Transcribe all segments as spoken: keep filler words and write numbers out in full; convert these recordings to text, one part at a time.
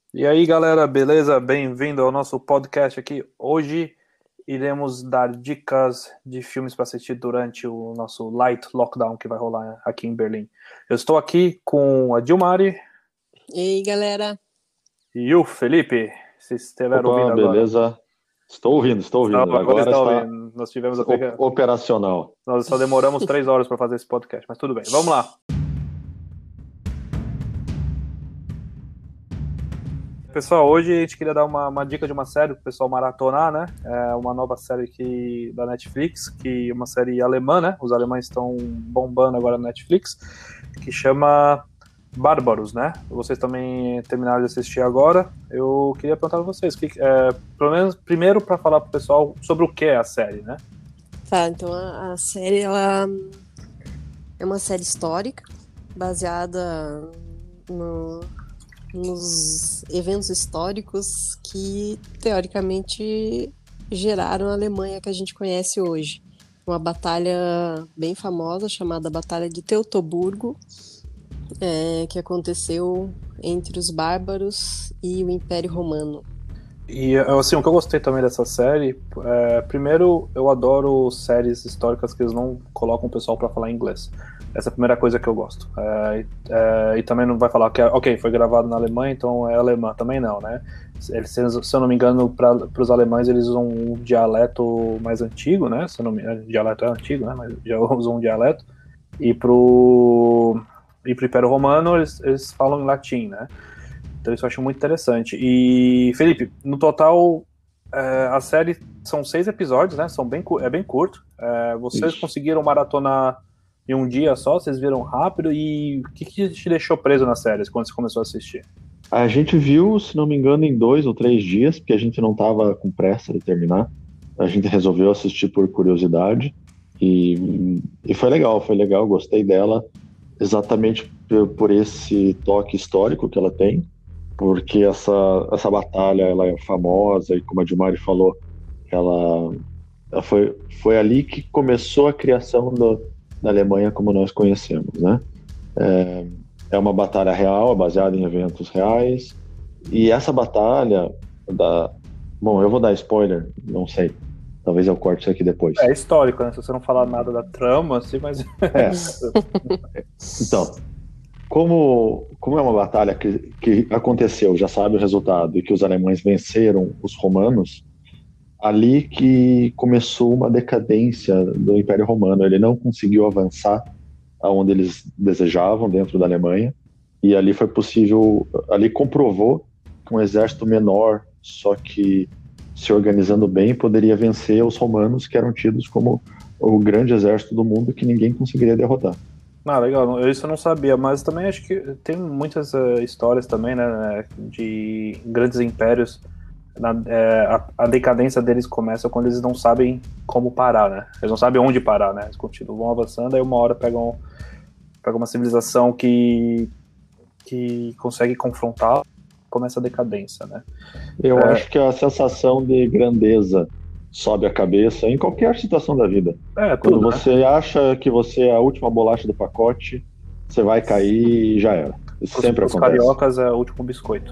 E aí, galera, beleza? Bem-vindo ao nosso podcast aqui. Hoje iremos dar dicas de filmes para assistir durante o nosso light lockdown que vai rolar aqui em Berlim. Eu estou aqui com a Dilmari E aí, galera? e o Felipe. Vocês estiveram Opa, ouvindo agora? beleza. Estou ouvindo, estou ouvindo. Então, agora Agora está está ouvindo. Nós tivemos a op- operacional. Nós só demoramos três horas para fazer esse podcast, mas tudo bem. Vamos lá. Pessoal, hoje a gente queria dar uma, uma dica de uma série para o pessoal maratonar, né? É uma nova série que, da Netflix, que é uma série alemã, né? Os alemães estão bombando agora na Netflix, que chama Bárbaros, né? Vocês também terminaram de assistir agora. Eu queria perguntar para vocês, que, é, pelo menos primeiro para falar para o pessoal sobre o que é a série, né? Tá, então a, a série ela é uma série histórica baseada no, nos eventos históricos que teoricamente geraram a Alemanha que a gente conhece hoje. Uma batalha bem famosa chamada Batalha de Teutoburgo, é, que aconteceu entre os bárbaros e o Império Romano. E assim, o que eu gostei também dessa série, é, primeiro, eu adoro séries históricas que eles não colocam o pessoal para falar inglês. Essa é a primeira coisa que eu gosto. É, é, e também não vai falar que, ok, foi gravado na Alemanha, então é alemã. Também não, né? Eles, se eu não me engano, para os alemães eles usam um dialeto mais antigo, né? Se eu não me engano, dialeto é antigo, né? Mas já usam um dialeto. E pro, e pro Império Romano eles, eles falam em latim, né? Então isso eu acho muito interessante. E, Felipe, no total, é, a série são seis episódios, né? São bem, é bem curto. É, vocês Isso. conseguiram maratonar em um dia só? Vocês viram rápido? E o que, que te deixou preso na série quando você começou a assistir? A gente viu, se não me engano, em dois ou três dias, porque a gente não estava com pressa de terminar. A gente resolveu assistir por curiosidade. E, e foi legal, foi legal, gostei dela, exatamente por, por esse toque histórico que ela tem. Porque essa, essa batalha ela é famosa e, como a Dilmari falou, ela, ela foi, foi ali que começou a criação do, da Alemanha como nós conhecemos, né? É, é uma batalha real, baseada em eventos reais, e essa batalha, da, bom, eu vou dar spoiler, não sei, talvez eu corte isso aqui depois. É histórico, né? Se você não falar nada da trama, assim, mas... É, então... Como, como é uma batalha que, que aconteceu, já sabe o resultado, e que os alemães venceram os romanos, ali que começou uma decadência do Império Romano. Ele não conseguiu avançar aonde eles desejavam dentro da Alemanha, e ali foi possível, ali comprovou que um exército menor, só que se organizando bem, poderia vencer os romanos, que eram tidos como o grande exército do mundo que ninguém conseguiria derrotar. Ah, legal, isso eu não sabia, mas também acho que tem muitas uh, histórias também, né, de grandes impérios, na, é, a, a decadência deles começa quando eles não sabem como parar, né, eles não sabem onde parar, né, eles continuam avançando, aí uma hora pegam, pegam uma civilização que, que consegue confrontar, começa a decadência, né. Eu é, acho que a sensação de grandeza sobe a cabeça em qualquer situação da vida. É, Quando tudo, você né? acha que você é a última bolacha do pacote, você vai cair e já era. Isso os, sempre os acontece. cariocas é o último biscoito.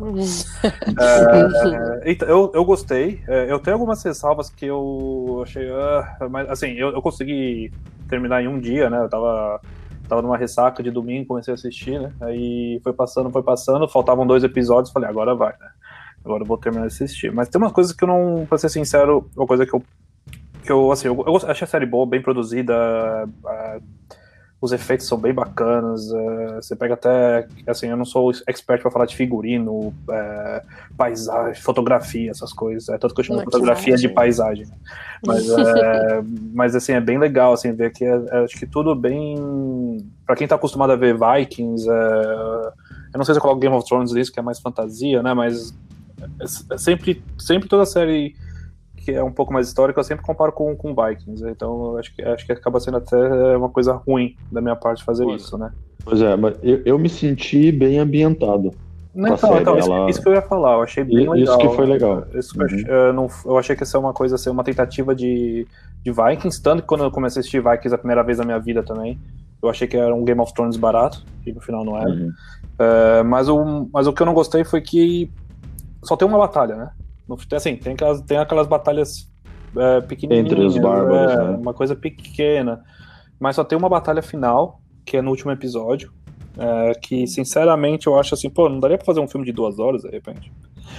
é, então, eu, eu gostei. É, eu tenho algumas ressalvas que eu achei. Uh, mas assim, eu, eu consegui terminar em um dia, né? Eu tava, tava numa ressaca de domingo, comecei a assistir, né? Aí foi passando, foi passando, faltavam dois episódios, falei, agora vai, né? Agora eu vou terminar de assistir. Mas tem umas coisas que eu não, pra ser sincero, uma coisa que eu. Que eu, assim, eu, eu achei a série boa, bem produzida. Uh, os efeitos são bem bacanas. Uh, você pega até. Assim, eu não sou expert pra falar de figurino, uh, paisagem, fotografia, essas coisas. É tanto que eu chamo de fotografia de paisagem. Mas, uh, mas assim, é bem legal assim, ver que é, é, acho que tudo bem. Pra quem tá acostumado a ver Vikings, uh, eu não sei se eu coloco Game of Thrones nisso, que é mais fantasia, né? Mas é sempre, sempre toda série que é um pouco mais histórica, eu sempre comparo com, com Vikings, então acho que, acho que acaba sendo até uma coisa ruim da minha parte fazer pois, isso, né? Pois é, mas eu, eu me senti bem ambientado. Não, então, então isso, ela... isso que eu ia falar, eu achei bem isso legal. Isso que foi legal. Isso, uhum. eu, eu, não, eu achei que ia ser uma coisa, ser uma tentativa de, de Vikings, tanto que quando eu comecei a assistir Vikings a primeira vez na minha vida também, eu achei que era um Game of Thrones barato, e no final não era. Uhum. É, mas, o, mas o que eu não gostei foi que só tem uma batalha, né? No, assim, tem aquelas, tem aquelas batalhas é, pequenininhas, Entre os bárbaros, é, né? uma coisa pequena, mas só tem uma batalha final, que é no último episódio, é, que sinceramente eu acho assim, pô, não daria pra fazer um filme de duas horas, de repente?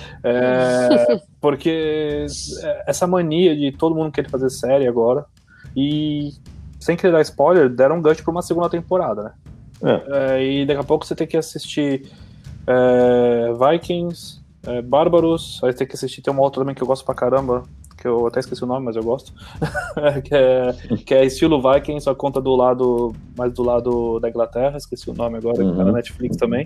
É, porque essa mania de todo mundo querer fazer série agora, e sem querer dar spoiler, deram um gancho pra uma segunda temporada, né? É. É, e daqui a pouco você tem que assistir é, Vikings, é, Bárbaros, aí tem que assistir, tem uma outra também que eu gosto pra caramba, que eu até esqueci o nome, mas eu gosto, que, é, que é estilo Vikings, só conta do lado, mais do lado da Inglaterra, esqueci o nome agora, uhum. Que tá na Netflix também.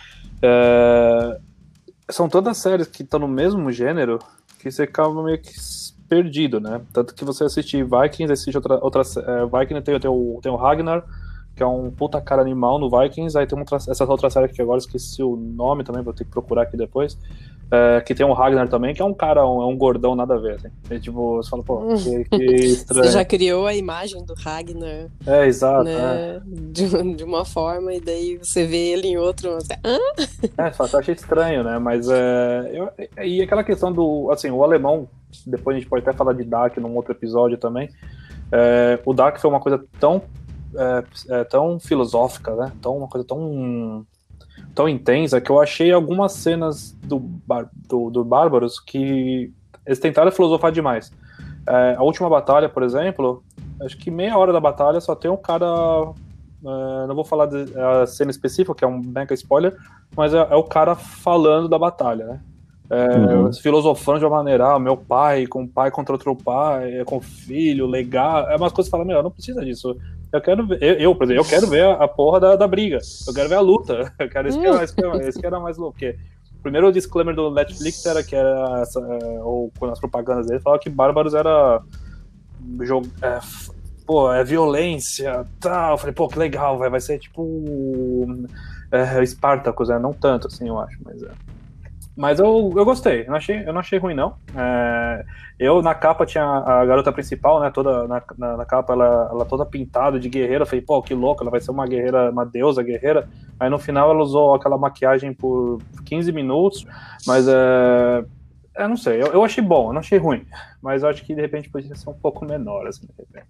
É, são todas séries que estão no mesmo gênero que você acaba meio que perdido, né? Tanto que você assiste Vikings, assiste outra, outra é, Vikings, tem, tem, o, tem o Ragnar, que é um puta cara animal no Vikings, aí tem uma, essa outra série que agora esqueci o nome também, vou ter que procurar aqui depois, é, que tem o Ragnar também, que é um cara, um, é um gordão nada a ver, assim. E, tipo, você fala, pô, que, que estranho. Você já criou a imagem do Ragnar, é, exato, né, é. de, de uma forma, e daí você vê ele em outro, você, hã? É, só que eu achei estranho, né, mas é, eu, e aquela questão do, assim, o alemão, depois a gente pode até falar de Dark num outro episódio também, é, o Dark foi uma coisa tão É, é, tão filosófica, né? Tão, uma coisa tão, tão intensa que eu achei algumas cenas do, bar, do, do Bárbaros que eles tentaram filosofar demais. É, a última batalha, por exemplo, acho que meia hora da batalha só tem um cara. É, não vou falar da cena específica, que é um mega spoiler, mas é, é o cara falando da batalha, né? É, uhum. Filosofando de uma maneira, ah, meu pai, com o pai contra outro pai, com o filho, legal. É umas coisas que você fala, meu, não precisa disso. Eu quero ver, eu, eu por exemplo, eu quero ver a, a porra da, da briga. Eu quero ver a luta. Eu quero, esse, que era, esse, que era, esse que era mais louco. Porque, primeiro o disclaimer do Netflix era que era, essa, ou nas propagandas dele, falava que Bárbaros era jogo, é, pô, é violência, tal. Eu falei, pô, que legal, vai, vai ser tipo é, Spartacus, né? Não tanto, assim, eu acho, mas é. Mas eu, eu gostei, eu não achei, eu não achei ruim, não. É, eu, na capa, tinha a garota principal, né, toda, na, na, na capa, ela, ela toda pintada de guerreira. Eu falei, pô, que louco, ela vai ser uma guerreira, uma deusa guerreira. Aí, no final, ela usou aquela maquiagem por quinze minutos, mas, é, eu não sei, eu, eu achei bom, eu não achei ruim. Mas eu acho que, de repente, podia ser um pouco menor, assim, de repente.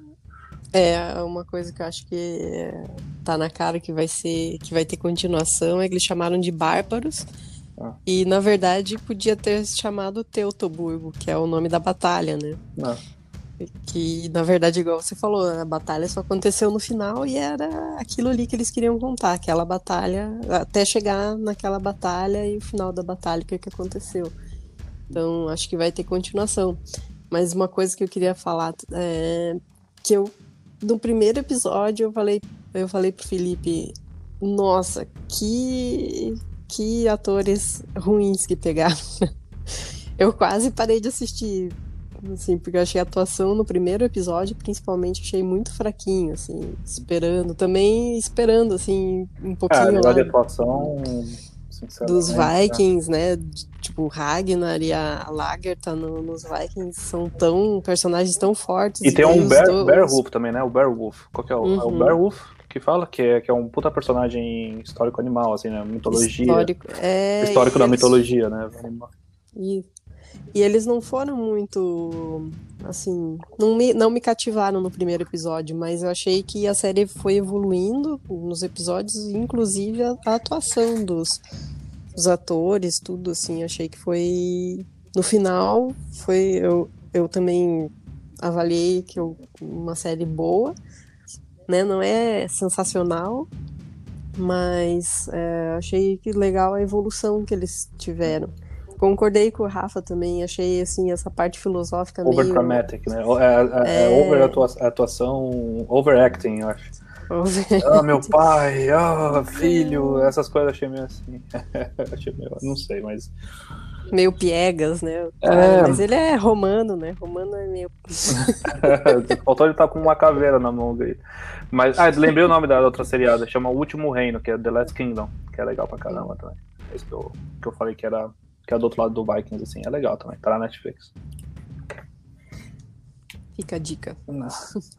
É, uma coisa que eu acho que tá na cara que vai ser, que vai ter continuação, é que eles chamaram de Bárbaros. Ah. E, na verdade, podia ter se chamado Teutoburgo, que é o nome da batalha, né? Ah. Que, na verdade, igual você falou, a batalha só aconteceu no final e era aquilo ali que eles queriam contar, aquela batalha, até chegar naquela batalha e o final da batalha, o que, que aconteceu. Então, acho que vai ter continuação. Mas uma coisa que eu queria falar é que eu, no primeiro episódio, eu falei, eu falei pro Felipe, nossa, que... que atores ruins que pegaram. Eu quase parei de assistir, assim, porque eu achei a atuação no primeiro episódio, principalmente, achei muito fraquinho, assim, esperando, também esperando, assim, um pouquinho é, lá de atuação, dos Vikings, né, tipo, o Ragnar e a Lagertha no, nos Vikings são tão, personagens tão fortes. E, e tem um Bear, dois... Beowulf também, né, o Beowulf, qual que é o, uhum. é o Beowulf? Que fala que é, que é um puta personagem histórico animal, assim, né? Mitologia. Histórico, é... Histórico da eles... mitologia, né? E, e eles não foram muito, assim, não me, não me cativaram no primeiro episódio, mas eu achei que a série foi evoluindo nos episódios, inclusive a, a atuação dos, dos atores, tudo, assim, achei que foi, no final, foi, eu, eu também avaliei que eu, uma série boa, né, não é sensacional, mas é, achei que legal a evolução que eles tiveram. Concordei com o Rafa também, achei assim, essa parte filosófica over meio... dramatic, né? É, é, é... over atua- atuação, overacting, eu acho. Ah, meu pai, ah, filho, essas coisas achei meio assim. achei meio, não sei, mas... meio piegas, né? Cara, é... Mas ele é romano, né? Romano é meio... Faltou ele estar com uma caveira na mão dele. Mas, ah, lembrei o nome da outra seriada, chama O Último Reino, que é The Last Kingdom, que é legal pra caramba hum. também. É isso que eu, que eu falei que era, que é do outro lado do Vikings, assim, é legal também, tá na Netflix. Fica a dica.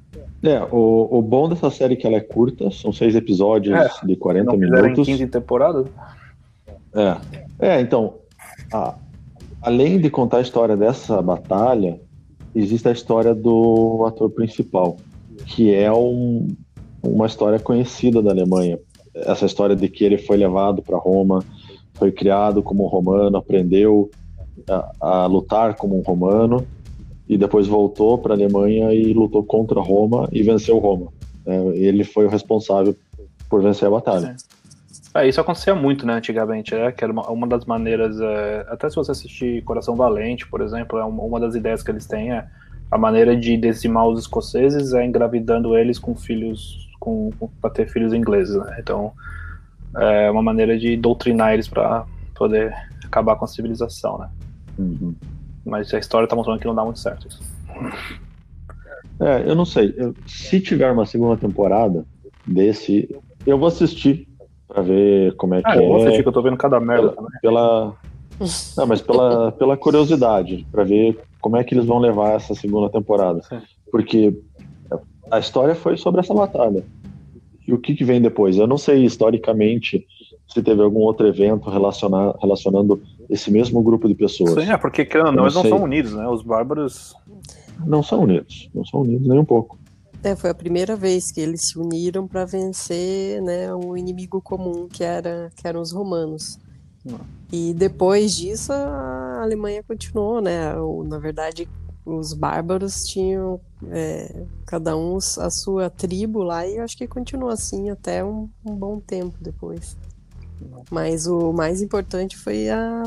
É, o, o bom dessa série é que ela é curta, são seis episódios É, de se quarenta não fizerem minutos. quinze temporadas. É, é então, a- além de contar a história dessa batalha, existe a história do ator principal, que é um- uma história conhecida da Alemanha. Essa história de que ele foi levado para Roma, foi criado como um romano, aprendeu a, a lutar como um romano, e depois voltou para a Alemanha e lutou contra Roma e venceu Roma. É, ele foi o responsável por vencer a batalha. Sim. É, isso acontecia muito, né, antigamente, né, que era uma, uma das maneiras, é, até se você assistir Coração Valente, por exemplo, é uma, uma das ideias que eles têm é a maneira de dizimar os escoceses é engravidando eles com filhos, com, com, para ter filhos ingleses, né, então é uma maneira de doutrinar eles para poder acabar com a civilização, né. Uhum. Mas a história tá mostrando que não dá muito certo isso. É, eu não sei. Eu- se tiver uma segunda temporada desse, eu vou assistir para ver como é Ah, que eu vou assistir, é. que eu tô vendo cada merda Pela, também. pela, não, mas pela, pela curiosidade, para ver como é que eles vão levar essa segunda temporada. Sim. Porque a história foi sobre essa batalha. E o que, que vem depois? Eu não sei historicamente se teve algum outro evento relaciona, relacionando esse mesmo grupo de pessoas. Sim, é porque querendo ou não, Eu não eles não são sei. unidos, né? Os bárbaros. Não são unidos, não são unidos nem um pouco. É, foi a primeira vez que eles se uniram para vencer, né, um inimigo comum que era que eram os romanos. Hum. E depois disso a Alemanha continuou, né? O- Na verdade, os bárbaros tinham é, cada um a sua tribo lá e eu acho que continuou assim até um, um bom tempo depois. Mas o mais importante foi a,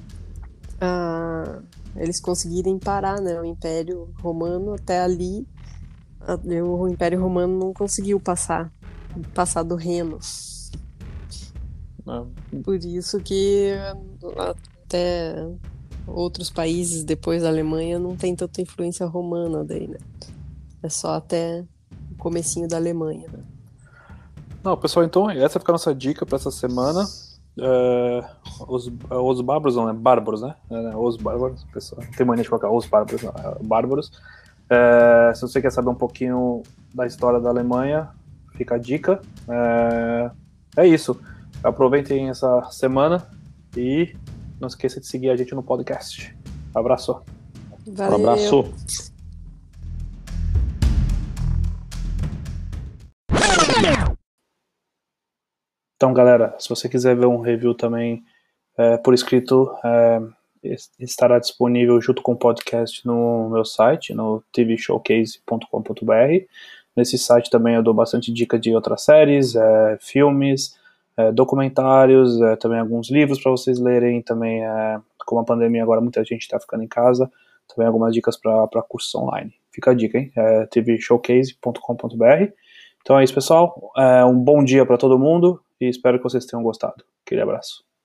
a- eles conseguirem parar, né, o Império Romano até ali. a- O Império Romano não conseguiu passar, passar do Reno. Né? Por isso que até outros países depois da Alemanha não tem tanta influência romana daí, né? É só até o comecinho da Alemanha. Né? Não, pessoal, então essa fica a nossa dica para essa semana. É, os, os bárbaros, não, né? Bárbaros, né? É, os bárbaros, pessoal. Tem mania de colocar os bárbaros, não, é, bárbaros. É, se você quer saber um pouquinho da história da Alemanha, fica a dica. É, é isso. Aproveitem essa semana e não esqueça de seguir a gente no podcast. Abraço. Valeu. Um abraço. Então, galera, se você quiser ver um review também é, por escrito, é, estará disponível junto com o podcast no meu site, no t v showcase ponto com ponto b r. Nesse site também eu dou bastante dica de outras séries, é, filmes, é, documentários, é, também alguns livros para vocês lerem. Também, é, como a pandemia agora, muita gente está ficando em casa, também algumas dicas para cursos online. Fica a dica, hein? É, t v showcase ponto com ponto b r. Então é isso, pessoal. É, um bom dia para todo mundo e espero que vocês tenham gostado. Aquele abraço.